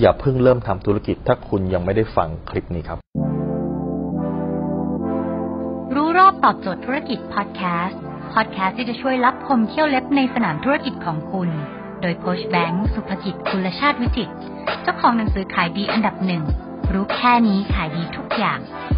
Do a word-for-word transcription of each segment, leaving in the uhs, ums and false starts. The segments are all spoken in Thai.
อย่าเพิ่งเริ่มทำธุรกิจถ้าคุณยังไม่ได้ฟังคลิปนี้ครับรู้รอบตอบโจทย์ธุรกิจพอดแคสต์พอดแคสต์ที่จะช่วยลับคมเขี้ยวเล็บในสนามธุรกิจของคุณโดยโค้ชแบงค์สุภกิจกุลชาติวิจิตรเจ้าของหนังสือขายดีอันดับหนึ่งรู้แค่นี้ขายดีทุกอย่าง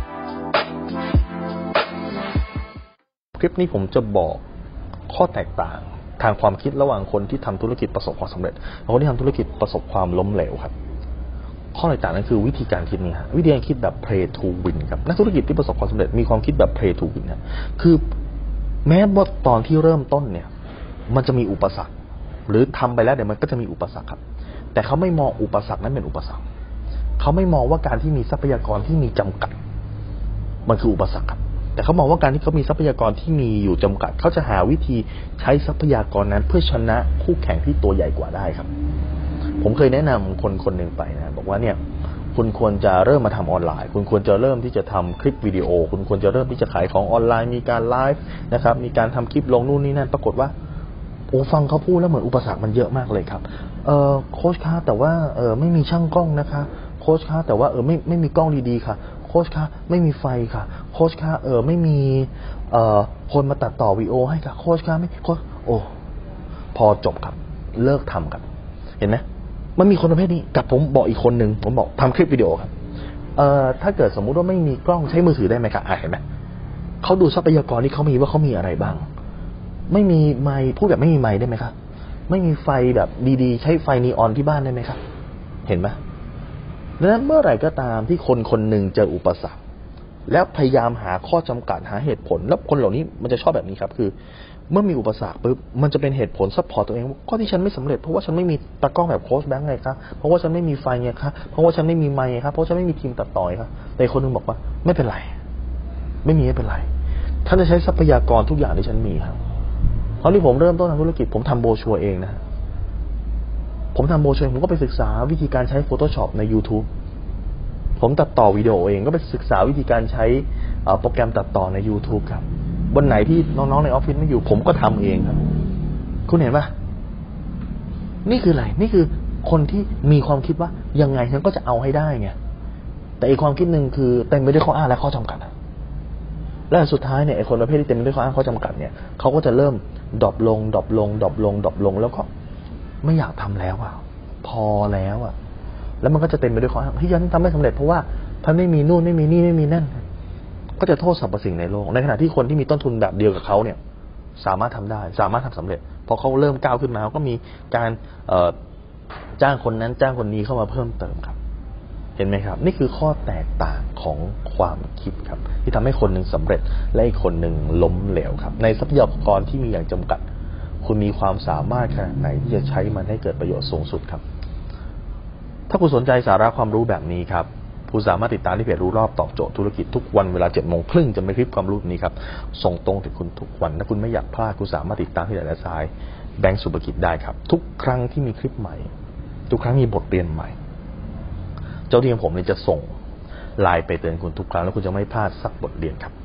คลิปนี้ผมจะบอกข้อแตกต่างทางความคิดระหว่างคนที่ทำธุรกิจประสบความสำเร็จและคนที่ทำธุรกิจประสบความล้มเหลวครับข้อแตกต่างนั้นคือวิธีการคิดนี้ฮะวิธีการคิดแบบ play to win ครับนักธุรกิจที่ประสบความสำเร็จมีความคิดแบบ play to win นะคือแม้ว่าตอนที่เริ่มต้นเนี่ยมันจะมีอุปสรรคหรือทำไปแล้วเดี๋ยวมันก็จะมีอุปสรรคครับแต่เขาไม่มองอุปสรรคนั้นเป็นอุปสรรคเขาไม่มองว่าการที่มีทรัพยากรที่มีจำกัดมันคืออุปสรรคครับแต่เขามองว่าการที่เขามีทรัพยากรที่มีอยู่จำกัดเขาจะหาวิธีใช้ทรัพยากรนั้นเพื่อชนะคู่แข่งที่ตัวใหญ่กว่าได้ครับผมเคยแนะนำคนคนหนึ่งไปนะบอกว่าเนี่ยคุณควรจะเริ่มมาทำออนไลน์คุณควรจะเริ่มที่จะทำคลิปวิดีโอคุณควรจะเริ่มที่จะขายของออนไลน์มีการไลฟ์นะครับมีการทำคลิปลงนู่นนี่นั่นปรากฏว่าโอ้ฟังเขาพูดแล้วเหมือนอุปสรรคมันเยอะมากเลยครับเอ่อโค้ชคะแต่ว่าเออไม่มีช่างกล้องนะคะโค้ชคะแต่ว่าเออไม่ไม่มีกล้องดีๆค่ะโค้ชคะไม่มีไฟค่ะโค้ชคะเออไม่มีเอ่อคนมาตัดต่อวิดีโอให้ค่ะโค้ชคะไม่โค้ชโอ้พอจบครับเลิกทำครับเห็นไหมมันมีคนประเภทนี้กับผมบอกอีกคนหนึ่งผมบอกทำคลิปวิดีโอครับเอ่อถ้าเกิดสมมุติว่าไม่มีกล้องใช้มือถือได้ไหมครับอ่ะเห็นไหมเขาดูทรัพยากรที่เขามีว่าเขามีอะไรบ้างไม่มีไมค์พูดแบบไม่มีไมค์ได้ไหมครับไม่มีไฟแบบดีๆใช้ไฟนีออนที่บ้านได้ไหมครับเห็นไหมดังนั้นเมื่อไหร่ก็ตามที่คนคนหนึ่งเจออุปสรรคแล้วพยายามหาข้อจำกัดหาเหตุผลแล้วคนเหล่านี้มันจะชอบแบบนี้ครับคือเมื่อมีอุปสรรคปุ๊บมันจะเป็นเหตุผลซัพพอร์ตตัวเองก็ที่ฉันไม่สำเร็จเพราะว่าฉันไม่มีตากล้องแบบโค้ชแบงค์ไงครับเพราะว่าฉันไม่มีไฟไงครับเพราะว่าฉันไม่มีไมค์ครับเพราะฉันไม่มีทีมตัดต่อครับแต่คนนึงบอกว่าไม่เป็นไรไม่มีไม่เป็นไรท่านจะใช้ทรัพยากรทุกอย่างที่ฉันมีครับตอนที่ผมเริ่มต้นทำธุรกิจผมทำโบรชัวร์เองนะผมทำโบรชัวร์ผมก็ไปศึกษาวิธีการใช้ Photoshop ใน YouTube ผมตัดต่อวิดีโอเองก็ไปศึกษาวิธีการใช้โปรแกรมตัดต่อใน YouTube ครับวันไหนที่น้องๆในออฟฟิศไม่อยู่ผมก็ทำเองครับคุณเห็นปะนี่คืออะไรนี่คือคนที่มีความคิดว่ายังไงฉันก็จะเอาให้ได้ไงแต่อีกความคิดหนึ่งคือเต็มไปด้วยข้ออ้างและข้อจำกัดและสุดท้ายเนี่ยไอ้คนประเภทที่เต็มไปด้วยข้ออ้างข้อจำกัดเนี่ยเขาก็จะเริ่มดรอปลงดรอปลงดรอปลงดรอปลงแล้วก็ไม่อยากทำแล้วอ่ะพอแล้วอ่ะแล้วมันก็จะเต็มไปด้วยข้ออ้างที่ฉันทำไม่สำเร็จเพราะว่าท่านไม่มีนู่นไม่มีนี่ไม่มีนั่นก็จะโทษสรรพสิ่งในโลกในขณะที่คนที่มีต้นทุนแบบเดียวกับเขาเนี่ยสามารถทำได้สามารถทำสำเร็จพอเขาเริ่มก้าวขึ้นมาเขาก็มีการจ้างคนนั้นจ้างคนนี้เข้ามาเพิ่มเติมครับเห็นไหมครับนี่คือข้อแตกต่างของความคิดครับที่ทำให้คนหนึ่งสำเร็จและอีกคนหนึ่งล้มเหลวครับในทรัพยากรที่มีอย่างจำกัดคุณมีความสามารถขนาดไหนที่จะใช้มันให้เกิดประโยชน์สูงสุดครับถ้าคุณสนใจสาระความรู้แบบนี้ครับคุณสามารถติดตามที่เพจรู้รอบตอบโจทย์ธุรกิจทุกวันเวลาเจ็ดโมงครึ่งจะมีคลิปความรู้นี้ครับส่งตรงถึงคุณทุกวันถ้าคุณไม่อยากพลาดคุณสามารถติดตามที่ไหนและซ้ายแบงค์สุภกิจได้ครับทุกครั้งที่มีคลิปใหม่ทุกครั้งมีบทเรียนใหม่เจ้าที่ของผมเนี่ยจะส่งไลน์ไปเตือนคุณทุกครั้งแล้วคุณจะไม่พลาดสักบทเรียนครับ